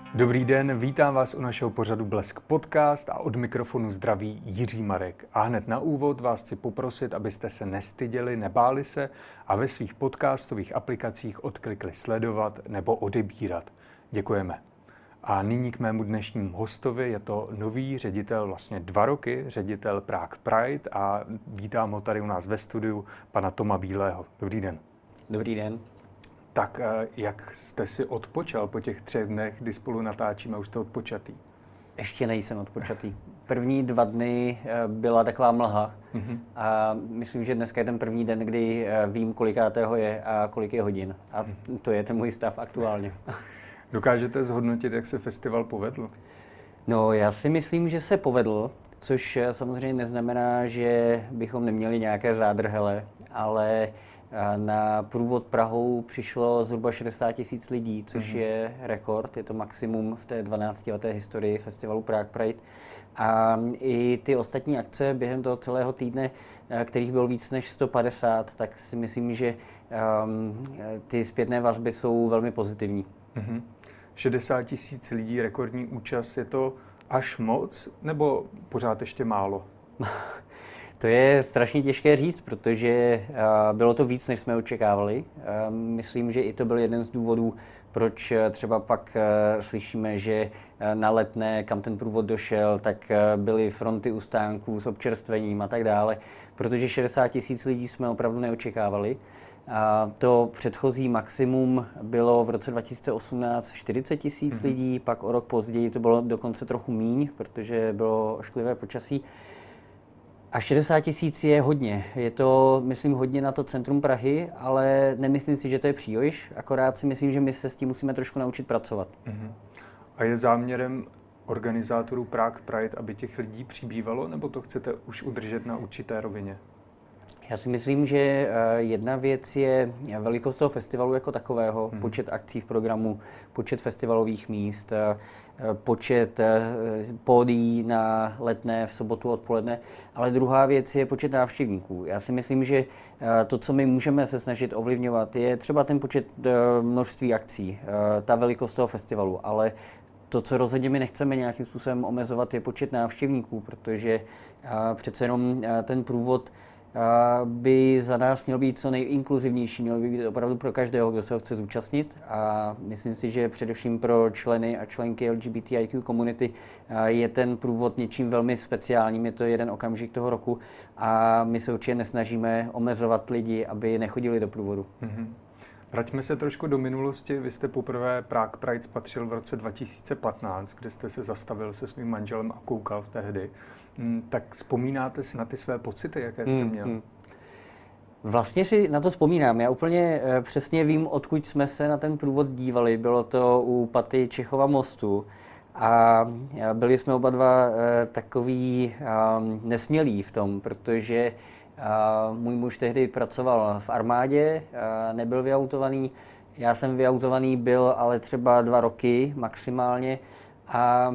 Dobrý den, vítám vás u našeho pořadu Blesk Podcast a od mikrofonu zdraví Jiří Marek. A hned na úvod vás chci poprosit, abyste se nestyděli, nebáli se a ve svých podcastových aplikacích odklikli sledovat nebo odebírat. Děkujeme. A nyní k mému dnešnímu hostovi, je to nový ředitel, vlastně 2 roky, ředitel Prague Pride a vítám ho tady u nás ve studiu, pana Toma Bílého. Dobrý den. Dobrý den. Tak jak jste si odpočal po těch 3 dnech, kdy spolu natáčíme, už jste odpočatý? Ještě nejsem odpočatý. První 2 dny byla taková mlha a myslím, že dneska je ten první den, kdy vím, kolikátého je a kolik je hodin. A to je ten můj stav aktuálně. Dokážete zhodnotit, jak se festival povedl? No, já si myslím, že se povedl, což samozřejmě neznamená, že bychom neměli nějaké zádrhele, ale na průvod Prahou přišlo zhruba 60 000 lidí, což je rekord, je to maximum v té 12leté historii festivalu Prague Pride. A i ty ostatní akce během toho celého týdne, kterých bylo víc než 150, tak si myslím, že ty zpětné vazby jsou velmi pozitivní. 60 000 lidí, rekordní účast, je to až moc, nebo pořád ještě málo? To je strašně těžké říct, protože bylo to víc, než jsme očekávali. Myslím, že i to byl jeden z důvodů, proč třeba pak slyšíme, že na Letné, kam ten průvod došel, tak byly fronty u stánků s občerstvením a tak dále, protože 60 000 lidí jsme opravdu neočekávali. A to předchozí maximum bylo v roce 2018 40 000 lidí, pak o rok později to bylo dokonce trochu míň, protože bylo ošklivé počasí. A 60 000 je hodně. Je to, myslím, hodně na to centrum Prahy, ale nemyslím si, že to je příliš. Akorát si myslím, že my se s tím musíme trošku naučit pracovat. A je záměrem organizátorů Prague Pride, aby těch lidí přibývalo, nebo to chcete už udržet na určité rovině? Já si myslím, že jedna věc je velikost toho festivalu jako takového, počet akcí v programu, počet festivalových míst, počet pódií na Letné v sobotu odpoledne, ale druhá věc je počet návštěvníků. Já si myslím, že to, co my můžeme se snažit ovlivňovat, je třeba ten počet množství akcí, ta velikost toho festivalu, ale to, co rozhodně my nechceme nějakým způsobem omezovat, je počet návštěvníků, protože přece jenom ten průvod by za nás měl být co nejinkluzivnější, měl by být opravdu pro každého, kdo se ho chce zúčastnit a myslím si, že především pro členy a členky LGBTIQ komunity je ten průvod něčím velmi speciálním, je to jeden okamžik toho roku a my se určitě nesnažíme omezovat lidi, aby nechodili do průvodu. Vraťme se trošku do minulosti. Vy jste poprvé Prague Pride spatřil v roce 2015, kde jste se zastavil se svým manželem a koukal tehdy. Tak vzpomínáte si na ty své pocity, jaké jste měl? Vlastně si na to vzpomínám. Já úplně přesně vím, odkud jsme se na ten průvod dívali. Bylo to u paty Čechova mostu a byli jsme oba dva takový nesmělí v tom, protože můj muž tehdy pracoval v armádě, nebyl vyautovaný. Já jsem vyautovaný byl, ale třeba 2 roky maximálně. A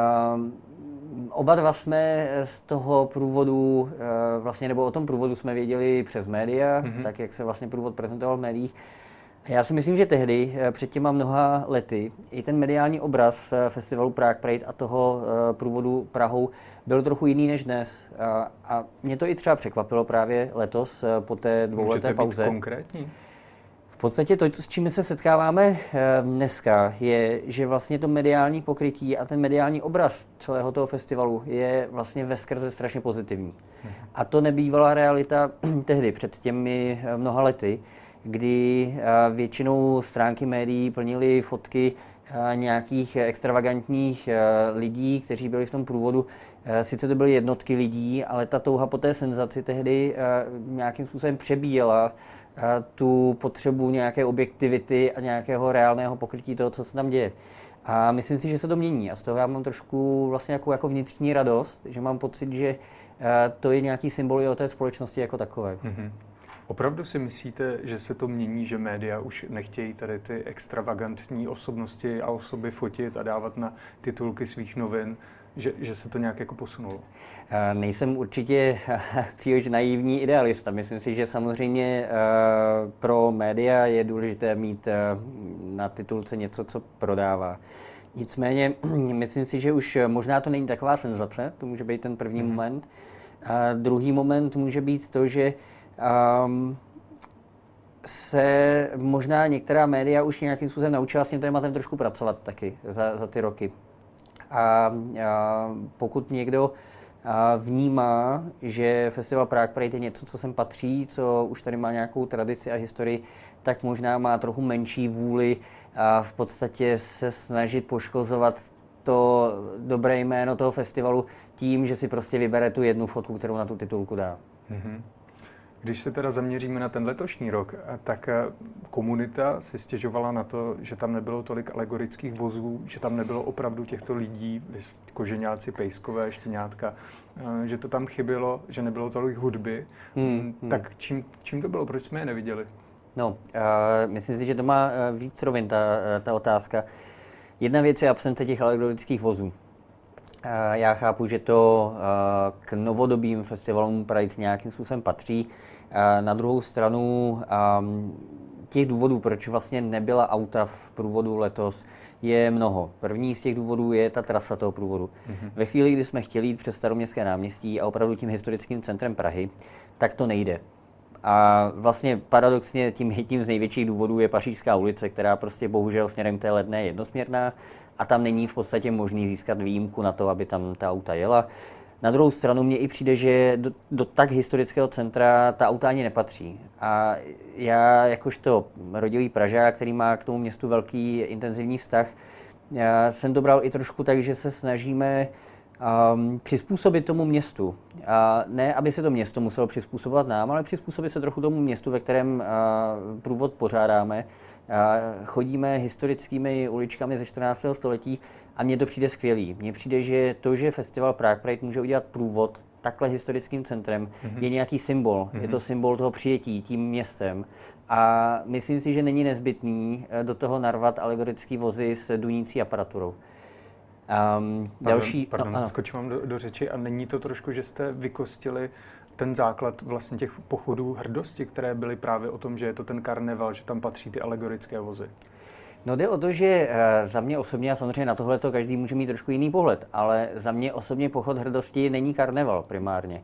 oba dva jsme z toho průvodu, vlastně, nebo o tom průvodu jsme věděli přes média, tak jak se vlastně průvod prezentoval v médiích. Já si myslím, že tehdy, před těma mnoha lety, i ten mediální obraz festivalu Prague Pride a toho průvodu Prahou byl trochu jiný než dnes. A mě to i třeba překvapilo právě letos po té 2leté pauze. Můžete být konkrétní? V podstatě to, s čím se setkáváme dneska, je, že vlastně to mediální pokrytí a ten mediální obraz celého toho festivalu je vlastně veskrze strašně pozitivní. A to nebývala realita tehdy, před těmi mnoha lety, kdy většinou stránky médií plnily fotky nějakých extravagantních lidí, kteří byli v tom průvodu. Sice to byly jednotky lidí, ale ta touha po té senzaci tehdy nějakým způsobem přebíjela tu potřebu nějaké objektivity a nějakého reálného pokrytí toho, co se tam děje. A myslím si, že se to mění a z toho já mám trošku vlastně jako vnitřní radost, že mám pocit, že to je nějaký symbol i o té společnosti jako takové. Opravdu si myslíte, že se to mění, že média už nechtějí tady ty extravagantní osobnosti a osoby fotit a dávat na titulky svých novin, že se to nějak jako posunulo? Nejsem určitě příliš naivní idealista. Myslím si, že samozřejmě pro média je důležité mít na titulce něco, co prodává. Nicméně, myslím si, že už možná to není taková senzace, to může být ten první moment. A druhý moment může být to, že se možná některá média už nějakým způsobem naučila s tím tématem trošku pracovat taky za ty roky. A pokud někdo vnímá, že Festival Prague Pride je něco, co sem patří, co už tady má nějakou tradici a historii, tak možná má trochu menší vůli a v podstatě se snažit poškozovat to dobré jméno toho festivalu tím, že si prostě vybere tu jednu fotku, kterou na tu titulku dá. Mm-hmm. Když se teda zaměříme na ten letošní rok, tak komunita si stěžovala na to, že tam nebylo tolik alegorických vozů, že tam nebylo opravdu těchto lidí, koženáci, pejskové, štěňátka, že to tam chybělo, že nebylo tolik hudby. Tak čím to bylo? Proč jsme je neviděli? No, myslím si, že to má víc rovin, ta otázka. Jedna věc je absence těch alegorických vozů. Já chápu, že to k novodobým festivalům Pride nějakým způsobem patří. Na druhou stranu těch důvodů, proč vlastně nebyla auta v průvodu letos, je mnoho. První z těch důvodů je ta trasa toho průvodu. Ve chvíli, kdy jsme chtěli jít přes Staroměstské náměstí a opravdu tím historickým centrem Prahy, tak to nejde. A vlastně paradoxně tím z největších důvodů je Pařížská ulice, která prostě bohužel směrem k té Ledné je jednosměrná a tam není v podstatě možný získat výjimku na to, aby tam ta auta jela. Na druhou stranu mně i přijde, že do tak historického centra ta auta ani nepatří. A já jakožto rodilý Pražák, který má k tomu městu velký intenzivní vztah, jsem to bral i trošku tak, že se snažíme přizpůsobit tomu městu. Ne, aby se to město muselo přizpůsobovat nám, ale přizpůsobit se trochu tomu městu, ve kterém průvod pořádáme. Chodíme historickými uličkami ze 14. století a mně to přijde skvělý. Mně přijde, že to, že Festival Prague Pride může udělat průvod takhle historickým centrem, je nějaký symbol. Je to symbol toho přijetí tím městem. A myslím si, že není nezbytný do toho narvat alegorický vozy s dunící aparaturou. Skočím vám do řeči a není to trošku, že jste vykostili ten základ vlastně těch pochodů hrdosti, které byly právě o tom, že je to ten karneval, že tam patří ty alegorické vozy? No jde o to, že za mě osobně, a samozřejmě na tohleto každý může mít trošku jiný pohled, ale za mě osobně pochod hrdosti není karneval primárně.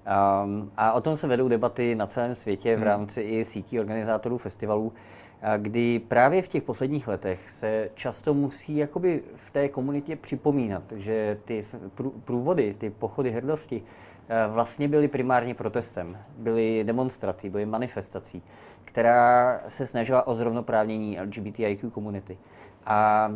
A o tom se vedou debaty na celém světě v rámci i sítí organizátorů festivalů, kdy právě v těch posledních letech se často musí jakoby v té komunitě připomínat, že ty průvody, ty pochody hrdosti vlastně byly primárně protestem, byly demonstrací, byly manifestací, která se snažila o zrovnoprávnění LGBTIQ komunity. A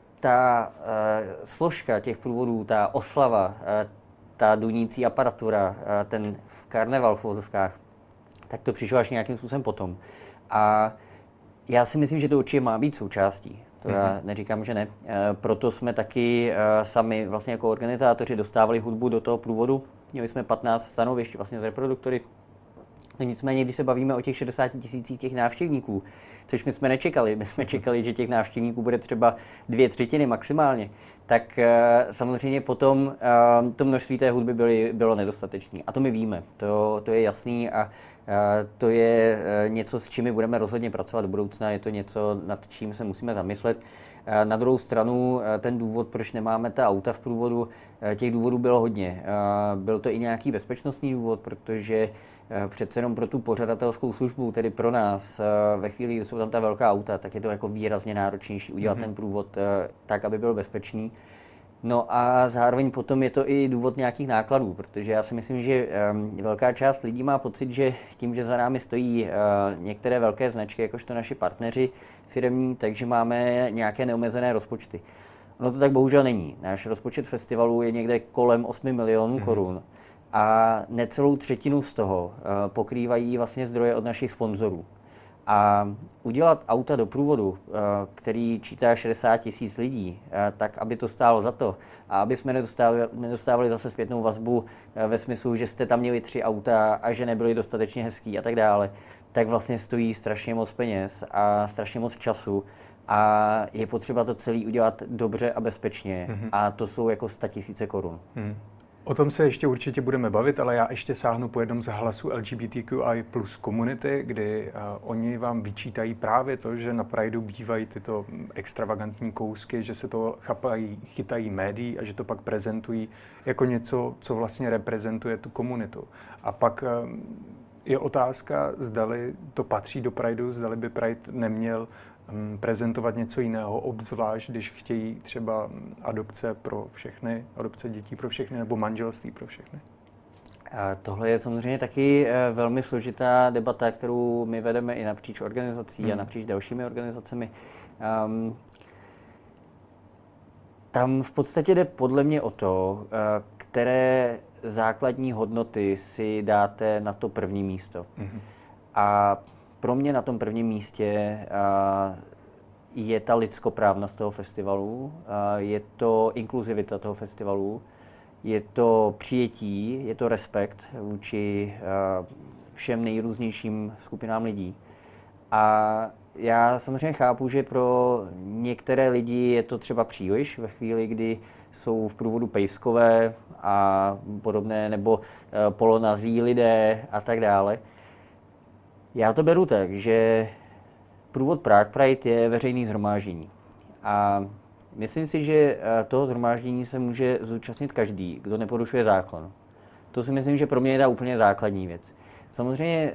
ta složka těch průvodů, ta oslava, ta dunící aparatura, ten karneval v uvozovkách, tak to přišlo až nějakým způsobem potom. A já si myslím, že to určitě má být součástí. To já neříkám, že ne. Proto jsme taky sami vlastně jako organizátoři dostávali hudbu do toho průvodu. Měli jsme 15 stanovišť vlastně z reproduktory. No nicméně, když se bavíme o těch 60 000 těch návštěvníků, což my jsme nečekali, my jsme čekali, že těch návštěvníků bude třeba 2/3 maximálně, tak samozřejmě potom to množství té hudby bylo nedostatečné. A to my víme, to je jasný a to je něco, s čím my budeme rozhodně pracovat do budoucna, je to něco, nad čím se musíme zamyslet. Na druhou stranu ten důvod, proč nemáme ta auta v průvodu, těch důvodů bylo hodně. Byl to i nějaký bezpečnostní důvod, protože přece jenom pro tu pořadatelskou službu, tedy pro nás, ve chvíli, kdy jsou tam ta velká auta, tak je to jako výrazně náročnější udělat ten průvod tak, aby byl bezpečný. No a zároveň potom je to i důvod nějakých nákladů, protože já si myslím, že velká část lidí má pocit, že tím, že za námi stojí některé velké značky, jakožto naši partneři firemní, takže máme nějaké neomezené rozpočty. No to tak bohužel není. Náš rozpočet festivalu je někde kolem 8 milionů korun a necelou třetinu z toho pokrývají vlastně zdroje od našich sponzorů. A udělat auta do průvodu, který čítá 60 000 lidí, tak aby to stálo za to a aby jsme nedostávali zase zpětnou vazbu ve smyslu, že jste tam měli 3 auta a že nebyly dostatečně hezký a tak dále, tak vlastně stojí strašně moc peněz a strašně moc času a je potřeba to celé udělat dobře a bezpečně a to jsou jako 100 000 korun. O tom se ještě určitě budeme bavit, ale já ještě sáhnu po jednom z hlasů LGBTQI plus komunity, kdy oni vám vyčítají právě to, že na Prideu bývají tyto extravagantní kousky, že se to chytají médií a že to pak prezentují jako něco, co vlastně reprezentuje tu komunitu. A pak je otázka, zdali to patří do Prideu, zdali by Pride neměl prezentovat něco jiného, obzvlášť když chtějí třeba adopce pro všechny, adopce dětí pro všechny nebo manželství pro všechny. A tohle je samozřejmě taky velmi složitá debata, kterou my vedeme i napříč organizací a napříč dalšími organizacemi. Tam v podstatě jde podle mě o to, které základní hodnoty si dáte na to první místo. A pro mě na tom prvním místě je ta lidskoprávnost toho festivalu, je to inkluzivita toho festivalu, je to přijetí, je to respekt vůči všem nejrůznějším skupinám lidí. A já samozřejmě chápu, že pro některé lidi je to třeba příliš ve chvíli, kdy jsou v průvodu pejskové a podobné, nebo polonazí lidé a tak dále. Já to beru tak, že průvod Prague Pride je veřejný shromáždění. A myslím si, že toho shromáždění se může zúčastnit každý, kdo neporušuje zákon. To si myslím, že pro mě je ta úplně základní věc. Samozřejmě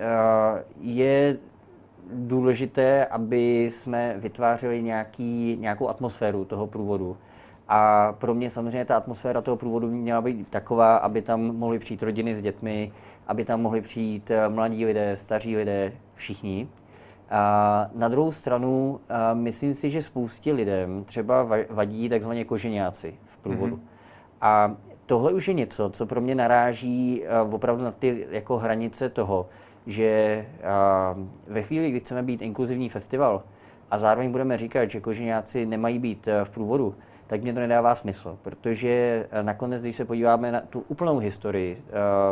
je důležité, aby jsme vytvářeli nějakou atmosféru toho průvodu. A pro mě samozřejmě ta atmosféra toho průvodu měla být taková, aby tam mohly přijít rodiny s dětmi, aby tam mohli přijít mladí lidé, staří lidé, všichni. A na druhou stranu, myslím si, že spoustě lidem třeba vadí takzvaně koženáci v průvodu. A tohle už je něco, co pro mě naráží opravdu na ty jako hranice toho, že ve chvíli, kdy chceme být inkluzivní festival a zároveň budeme říkat, že koženáci nemají být v průvodu, tak mě to nedává smysl, protože nakonec, když se podíváme na tu úplnou historii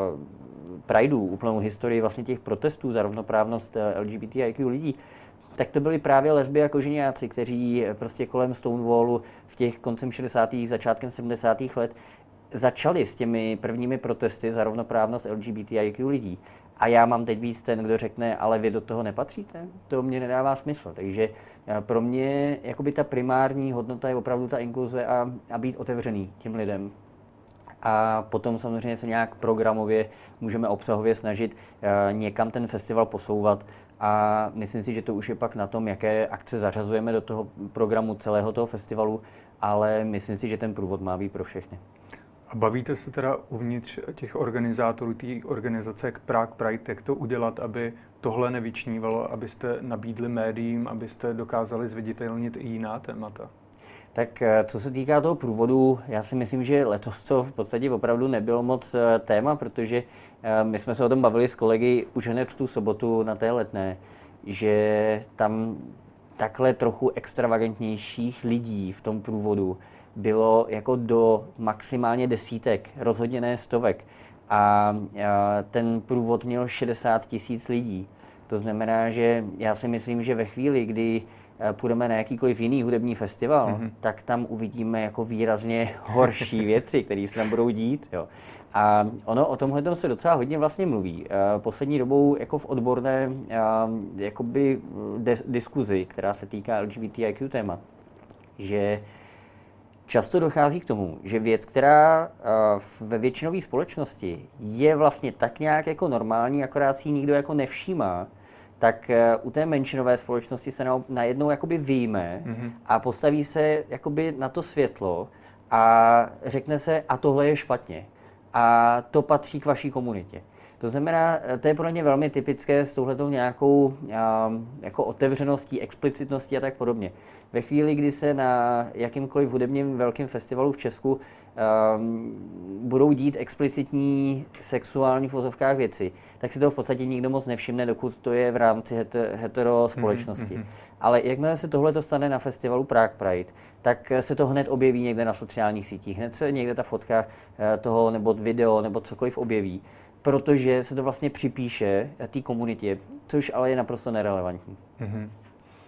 Prideu, úplnou historii vlastně těch protestů za rovnoprávnost LGBTIQ lidí, tak to byli právě lesby a koženáci, kteří prostě kolem Stonewallu v těch koncem 60. začátkem 70. let začali s těmi prvními protesty za rovnoprávnost LGBTIQ lidí. A já mám teď být ten, kdo řekne, ale vy do toho nepatříte? To mě nedává smysl. Takže pro mě jakoby ta primární hodnota je opravdu ta inkluze a být otevřený těm lidem. A potom samozřejmě se nějak programově můžeme obsahově snažit někam ten festival posouvat. A myslím si, že to už je pak na tom, jaké akce zařazujeme do toho programu celého toho festivalu, ale myslím si, že ten průvod má být pro všechny. A bavíte se teda uvnitř těch organizátorů, té organizace jak Prague Pride, jak to udělat, aby tohle nevyčnívalo, abyste nabídli médiím, abyste dokázali zviditelnit i jiná témata? Tak co se týká toho průvodu, já si myslím, že letos to v podstatě opravdu nebylo moc téma, protože my jsme se o tom bavili s kolegy už hned v tu sobotu na té Letné, že tam takhle trochu extravagantnějších lidí v tom průvodu bylo jako do maximálně desítek, rozhodně ne stovek. A ten průvod měl 60 000 lidí. To znamená, že já si myslím, že ve chvíli, kdy půjdeme na jakýkoliv jiný hudební festival, tak tam uvidíme jako výrazně horší věci, které se tam budou dít. Jo. A ono o tomhle se docela hodně vlastně mluví. Poslední dobou jako v odborné diskuzi, která se týká LGBTIQ témat, že často dochází k tomu, že věc, která ve většinové společnosti je vlastně tak nějak jako normální, akorát si ji nikdo jako nevšímá, tak u té menšinové společnosti se najednou jakoby vyjme a postaví se jakoby na to světlo a řekne se, a tohle je špatně. A to patří k vaší komunitě. To znamená, to je pro ně velmi typické s touhletou nějakou jako otevřeností, explicitností a tak podobně. Ve chvíli, kdy se na jakýmkoliv hudebním velkým festivalu v Česku budou dít explicitní sexuální v uvozovkách věci, tak si to v podstatě nikdo moc nevšimne, dokud to je v rámci hetero společnosti. Ale jakmile se tohle stane na festivalu Prague Pride, tak se to hned objeví někde na sociálních sítích. Hned se někde ta fotka toho nebo video nebo cokoliv objeví, protože se to vlastně připíše té komunitě, což ale je naprosto nerelevantní.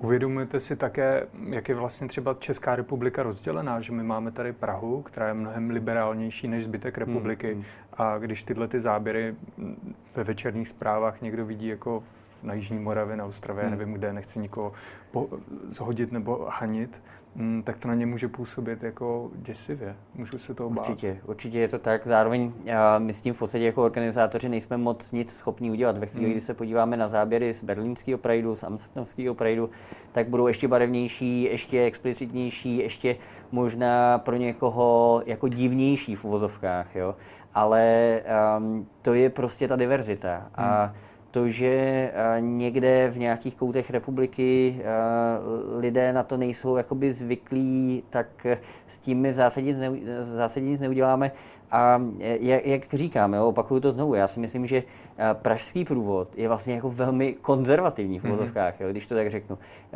Uvědomujete si také, jak je vlastně třeba Česká republika rozdělená, že my máme tady Prahu, která je mnohem liberálnější než zbytek republiky a když tyhle ty záběry ve večerních zprávách někdo vidí jako na Jižní Moravě, na Ostravě, nevím kde, nechci nikoho zhodit nebo hanit, tak to na ně může působit jako děsivě. Můžu se toho bát. Určitě je to tak. Zároveň my s tím v podstatě jako organizátoři nejsme moc nic schopní udělat. Ve chvíli, kdy se podíváme na záběry z berlínského Prideu, z amsterdamského Prideu, tak budou ještě barevnější, ještě explicitnější, ještě možná pro někoho jako divnější v uvozovkách. Jo? Ale to je prostě ta diverzita. A to, že někde v nějakých koutech republiky lidé na to nejsou jakoby zvyklí, tak s tím my v zásadě nic neuděláme. A jak říkám, jo, opakuju to znovu, já si myslím, že pražský průvod je vlastně jako velmi konzervativní v uvozovkách, jo, když to tak řeknu.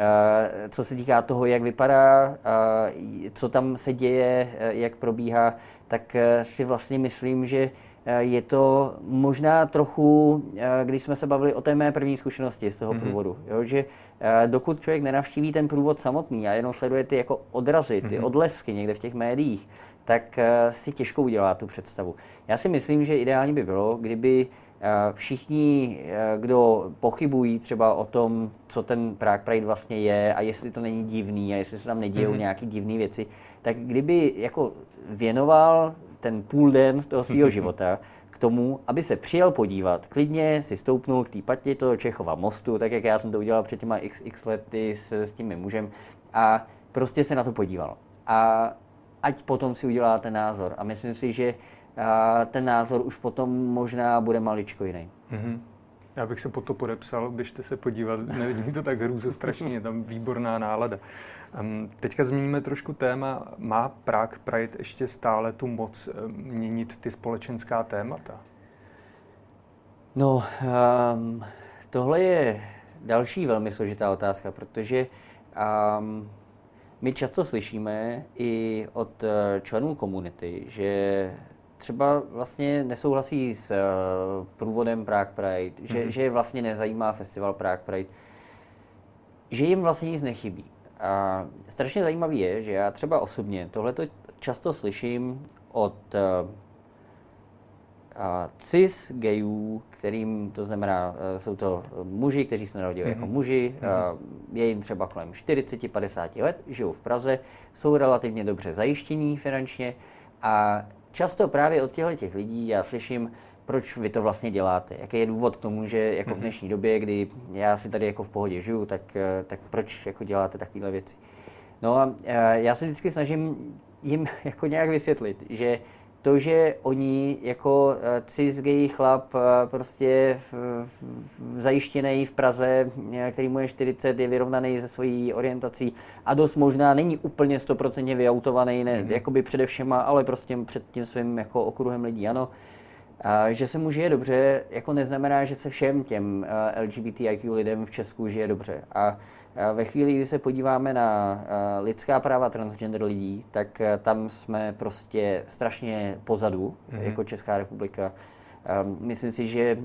Co se týká toho, jak vypadá, co tam se děje, jak probíhá, tak si vlastně myslím, že je to možná trochu, když jsme se bavili o té mé první zkušenosti z toho průvodu, jo, že dokud člověk nenavštíví ten průvod samotný a jenom sleduje ty jako odrazy, ty odlesky někde v těch médiích, tak si těžko udělá tu představu. Já si myslím, že ideální by bylo, kdyby všichni, kdo pochybují třeba o tom, co ten Prague Pride vlastně je a jestli to není divný a jestli se tam nedějou nějaké divné věci, tak kdyby jako věnoval ten půl den toho svého života k tomu, aby se přijel podívat, klidně si stoupnul k té patě toho Čechova mostu, tak jak já jsem to udělal před těma x lety s tím mým mužem a prostě se na to podíval. A ať potom si udělá ten názor. A myslím si, že ten názor už potom možná bude maličko jiný. Já bych se pod to podepsal, běžte se podívat, nevidím to tak hrůzostrašně, je tam výborná nálada. Teďka zmíníme trošku téma, má Prague Pride ještě stále tu moc měnit ty společenská témata? No, tohle je další velmi složitá otázka, protože my často slyšíme i od členů komunity, že třeba vlastně nesouhlasí s průvodem Prague Pride, že je vlastně nezajímá festival Prague Pride, že jim vlastně nic nechybí. A strašně zajímavý je, že já třeba osobně tohleto často slyším od cis gayů, kterým to znamená, jsou to muži, kteří se narodili jako muži, je jim třeba kolem 40-50 let, žijou v Praze, jsou relativně dobře zajištění finančně a často právě od těchto lidí já slyším, proč vy to vlastně děláte, jaký je důvod k tomu, že jako v dnešní době, kdy já si tady jako v pohodě žiju, tak proč jako děláte takovéhle věci. No a já se vždycky snažím jim jako nějak vysvětlit, že to, že oni jako cis gay chlap prostě zajištěný v Praze, který mu je 40, je vyrovnaný se svojí orientací a dost možná není úplně 100% vyautovaný, ne, jakoby přede všema, ale prostě před tím svým jako okruhem lidí, ano. A že se mu žije dobře, jako neznamená, že se všem těm LGBTIQ lidem v Česku žije dobře. A ve chvíli, kdy se podíváme na lidská práva transgender lidí, tak tam jsme prostě strašně pozadu, jako Česká republika. Myslím si, že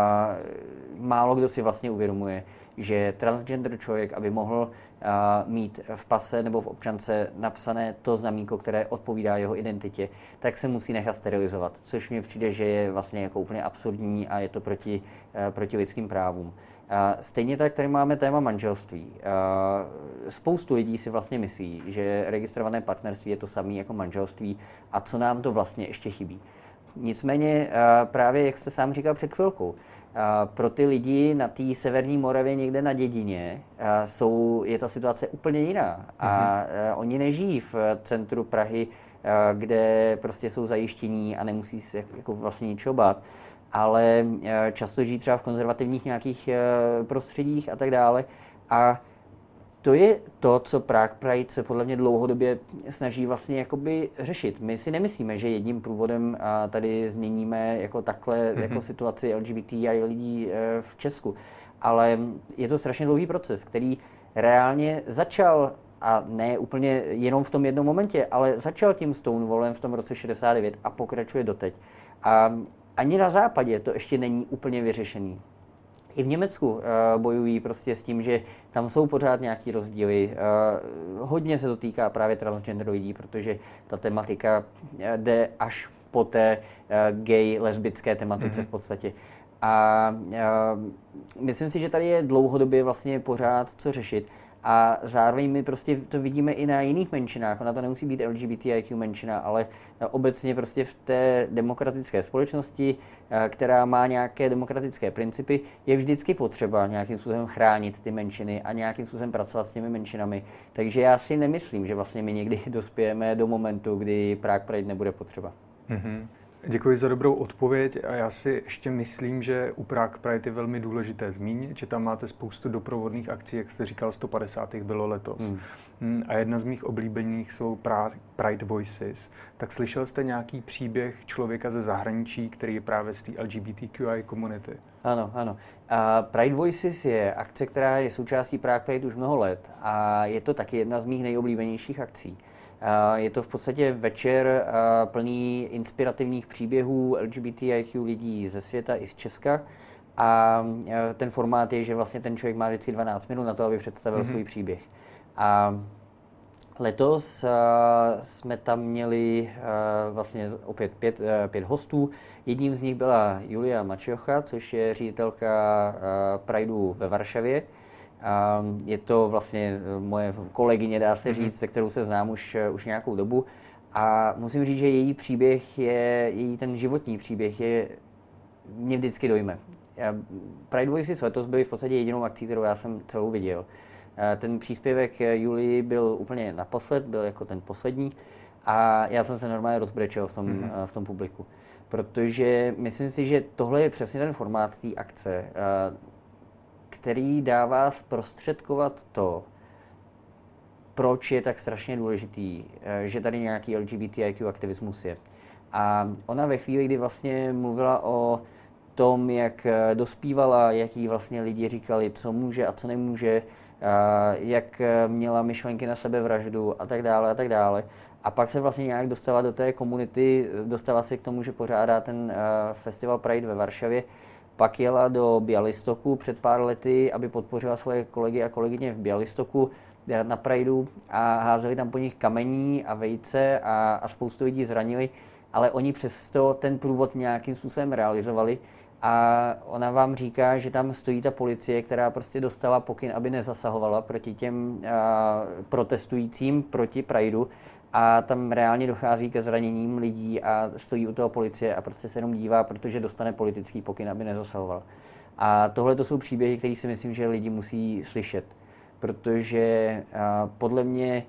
málo kdo si vlastně uvědomuje, že transgender člověk, aby mohl mít v pase nebo v občance napsané to znamínko, které odpovídá jeho identitě, tak se musí nechat sterilizovat, což mi přijde, že je vlastně jako úplně absurdní a je to proti lidským právům. Stejně tak tady máme téma manželství. Spoustu lidí si vlastně myslí, že registrované partnerství je to samé jako manželství a co nám to vlastně ještě chybí. Nicméně právě, jak jste sám říkal před chvilkou, pro ty lidi na té severní Moravě někde na dědině je ta situace úplně jiná. A oni nežijí v centru Prahy, kde prostě jsou zajištění a nemusí se jako vlastně ničeho bát, ale často žijí třeba v konzervativních nějakých prostředích a tak dále. A to je to, co Prague Pride se podle mě dlouhodobě snaží vlastně jakoby řešit. My si nemyslíme, že jedním průvodem tady změníme jako takhle jako situaci LGBTI lidí v Česku, ale je to strašně dlouhý proces, který reálně začal, a ne úplně jenom v tom jednom momentě, ale začal tím Stonewallem v tom roce 69 a pokračuje doteď. A ani na západě to ještě není úplně vyřešený. i v Německu bojují prostě s tím, že tam jsou pořád nějaký rozdíly. Hodně se to týká právě transgender lidí, protože ta tematika jde až po té gay, lesbické tematice v podstatě. A myslím si, že tady je dlouhodobě vlastně pořád co řešit. A zároveň my prostě to vidíme i na jiných menšinách. Ona to nemusí být LGBTIQ menšina, ale obecně prostě v té demokratické společnosti, která má nějaké demokratické principy, je vždycky potřeba nějakým způsobem chránit ty menšiny a nějakým způsobem pracovat s těmi menšinami. Takže já si nemyslím, že vlastně my někdy dospějeme do momentu, kdy Prague Pride nebude potřeba. Mm-hmm. Děkuji za dobrou odpověď a já si ještě myslím, že u Prague Pride je velmi důležité zmínit, že tam máte spoustu doprovodných akcí, jak jste říkal, 150. bylo letos. A jedna z mých oblíbených jsou Pride Voices. Tak slyšel jste nějaký příběh člověka ze zahraničí, který je právě z té LGBTQI komunity? Ano, ano. Pride Voices je akce, která je součástí Prague Pride už mnoho let a je to taky jedna z mých nejoblíbenějších akcí. Je to v podstatě večer plný inspirativních příběhů LGBTIQ lidí ze světa i z Česka. A ten formát je, že vlastně ten člověk má vždycky 12 minut na to, aby představil svůj příběh. A letos jsme tam měli vlastně opět pět hostů. Jedním z nich byla Julia Mačiocha, což je ředitelka Prideu ve Varšavě. Je to vlastně moje kolegyně, dá se říct, se kterou se znám už nějakou dobu. A musím říct, že její příběh její ten životní příběh mě vždycky dojme. Pride Voices letos byly v podstatě jedinou akcí, kterou já jsem celou viděl. Ten příspěvek Julii byl úplně naposled, byl jako ten poslední a já jsem se normálně rozbrečel v tom publiku. Protože myslím si, že tohle je přesně ten formát té akce, který dává zprostředkovat to, proč je tak strašně důležitý, že tady nějaký LGBTIQ aktivismus je. A ona ve chvíli, kdy vlastně mluvila o tom, jak dospívala, jak jí vlastně lidi říkali, co může a co nemůže, jak měla myšlenky na sebevraždu a tak dále a tak dále. A pak se vlastně nějak dostala do té komunity, dostala se k tomu, že pořádá ten festival Pride ve Varšavě. Pak jela do Bialystoku před pár lety, aby podpořila svoje kolegy a kolegyně v Bialystoku na Prideu a házeli tam po nich kamení a vejce a spoustu lidí zranili, ale oni přesto ten průvod nějakým způsobem realizovali a ona vám říká, že tam stojí ta policie, která prostě dostala pokyn, aby nezasahovala proti těm protestujícím proti Prideu a tam reálně dochází ke zraněním lidí a stojí u toho policie a prostě se jenom dívá, protože dostane politický pokyn, aby nezasahoval. A tohle to jsou příběhy, které si myslím, že lidi musí slyšet, protože podle mě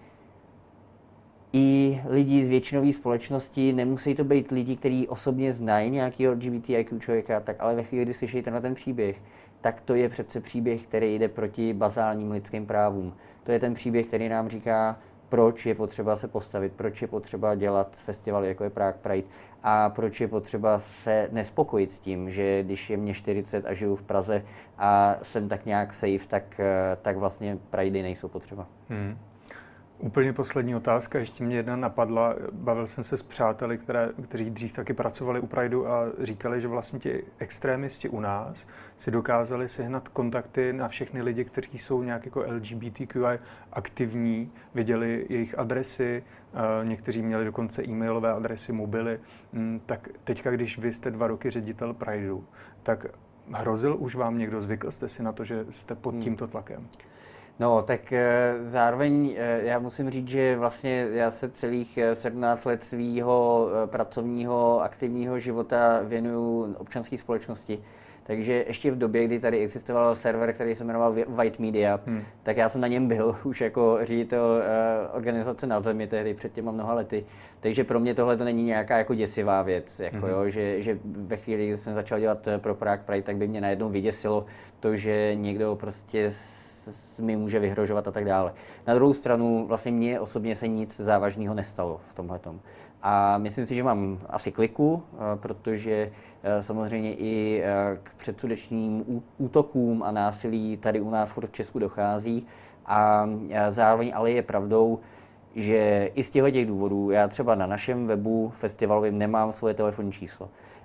i lidi z většinové společnosti, nemusí to být lidi, kteří osobně znají nějakého LGBTIQ člověka, tak ale ve chvíli, kdy slyší ten příběh, tak to je přece příběh, který jde proti bazálním lidským právům. To je ten příběh, který nám říká, proč je potřeba se postavit, proč je potřeba dělat festivaly, jako je Prague Pride a proč je potřeba se nespokojit s tím, že když je mě 40 a žiju v Praze a jsem tak nějak safe, tak vlastně Pridey nejsou potřeba. Úplně poslední otázka, ještě mě jedna napadla. Bavil jsem se s přáteli, kteří dřív taky pracovali u Prideu a říkali, že vlastně ti extrémisti u nás si dokázali sehnat kontakty na všechny lidi, kteří jsou nějak jako LGBTQI aktivní, viděli jejich adresy, někteří měli dokonce e-mailové adresy, mobily. Tak teďka, když vy jste 2 roky ředitel Prideu, tak hrozil už vám někdo, zvykl jste si na to, že jste pod tímto tlakem? No, tak zároveň já musím říct, že vlastně já se celých 17 let svého pracovního aktivního života věnuju občanské společnosti. Takže ještě v době, kdy tady existoval server, který se jmenoval White Media, tak já jsem na něm byl už jako ředitel organizace Na zemi tehdy před těma mnoha lety. Takže pro mě tohle to není nějaká jako děsivá věc, jako jo, že ve chvíli, kdy jsem začal dělat pro Prague Pride, tak by mě najednou vyděsilo to, že někdo prostě mi může vyhrožovat a tak dále. Na druhou stranu vlastně mně osobně se nic závažného nestalo v tomhletom. A myslím si, že mám asi kliku, protože samozřejmě i k předsudečným útokům a násilí tady u nás furt v Česku dochází. A zároveň ale je pravdou, že i z těch důvodů já třeba na našem webu festivalovým nemám svoje telefonní číslo.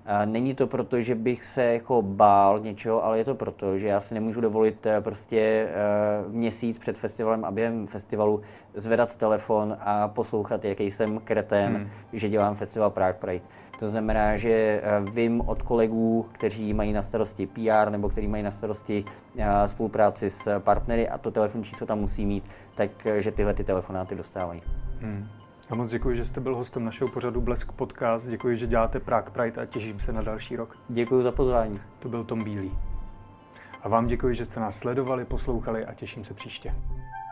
Není to proto, že bych se jako bál něčeho, ale je to proto, že já si nemůžu dovolit prostě měsíc před festivalem a během festivalu zvedat telefon a poslouchat, jaký jsem kretén, že dělám festival Prague Pride. To znamená, že vím od kolegů, kteří mají na starosti PR nebo kteří mají na starosti spolupráci s partnery a to telefonní číslo tam musí mít, takže tyhle ty telefonáty dostávají. A moc děkuji, že jste byl hostem našeho pořadu Blesk Podcast. Děkuji, že děláte Prague Pride a těším se na další rok. Děkuji za pozvání. To byl Tom Bílý. A vám děkuji, že jste nás sledovali, poslouchali a těším se příště.